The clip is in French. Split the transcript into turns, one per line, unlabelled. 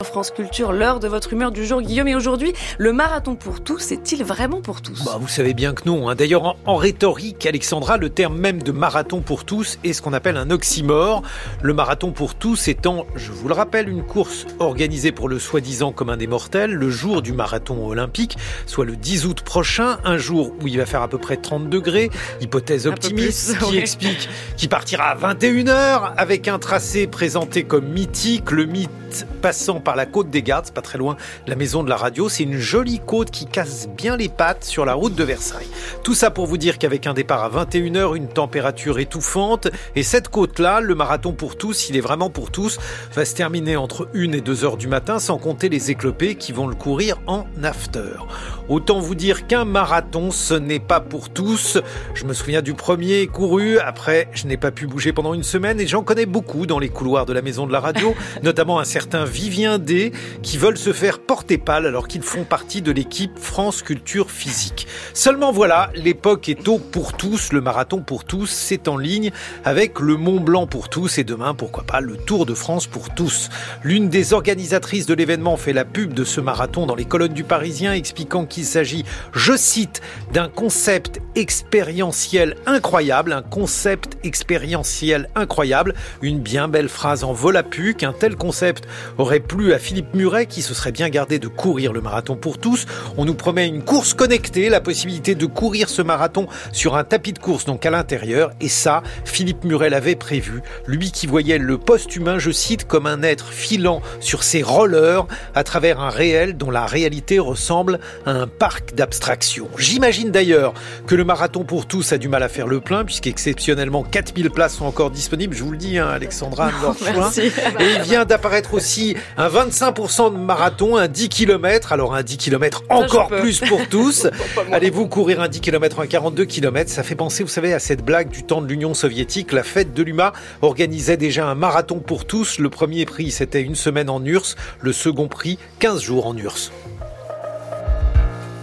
France Culture, l'heure de votre humeur du jour, Guillaume. Et aujourd'hui, le marathon pour tous, est-il vraiment pour tous ?
Vous savez bien que non. D'ailleurs, en rhétorique, Alexandra, le terme même de marathon pour tous est ce qu'on appelle un oxymore. Le marathon pour tous étant, je vous le rappelle, une course organisée pour le soi-disant commun des mortels, le jour du marathon olympique, soit le 10 août prochain, un jour où il va faire à peu près 30 degrés, hypothèse optimiste, explique qu'il partira à 21h avec un tracé présenté comme mythique, le mythe passant par la côte des Gardes, c'est pas très loin de la maison de la radio, c'est une jolie côte qui casse bien les pattes sur la route de Versailles. Tout ça pour vous dire qu'avec un départ à 21h, une température étouffante, et cette côte-là, le marathon pour tous, il est vraiment pour tous, va se terminer entre 1 et 2h du matin, sans compter les éclopés qui vont le courir en after. Autant vous dire qu'un marathon, ce n'est pas pour tous. Je me souviens du premier couru, après je n'ai pas pu bouger pendant une semaine, et j'en connais beaucoup dans les couloirs de la maison de la radio, notamment un certain Vivien D, qui veulent se faire porter pâle alors qu'ils font partie de l'équipe France Culture Physique. Seulement voilà, l'époque est au pour tous, le marathon pour tous, c'est en ligne avec le Mont Blanc pour tous et demain, pourquoi pas, le Tour de France pour tous. L'une des organisatrices de l'événement fait la pub de ce marathon dans les colonnes du Parisien, expliquant qu'il s'agit, je cite, d'un concept expérientiel incroyable, une bien belle phrase en volapu, qu'un tel concept aurait plu à Philippe Muret qui se serait bien gardé de courir le marathon pour tous. On nous promet une course connectée, la possibilité de courir ce marathon sur un tapis de course, donc à l'intérieur, et ça, Philippe Muret l'avait prévu, lui qui voyait le post-humain, je cite, comme un être filant sur ses rollers à travers un réel dont la réalité ressemble à un parc d'abstraction. J'imagine d'ailleurs que le marathon pour tous a du mal à faire le plein, puisqu'exceptionnellement 4000 places sont encore disponibles, je vous le dis, Alexandra,
Merci.
Et il vient d'apparaître aussi un 25% de marathon, un 10 km. Alors un 10 km encore plus pour tous. Allez-vous courir un 10 km, un 42 km? Ça fait penser, vous savez, à cette blague du temps de l'Union soviétique. La fête de l'UMA organisait déjà un marathon pour tous. Le premier prix, c'était une semaine en URSS. Le second prix, 15 jours en URSS.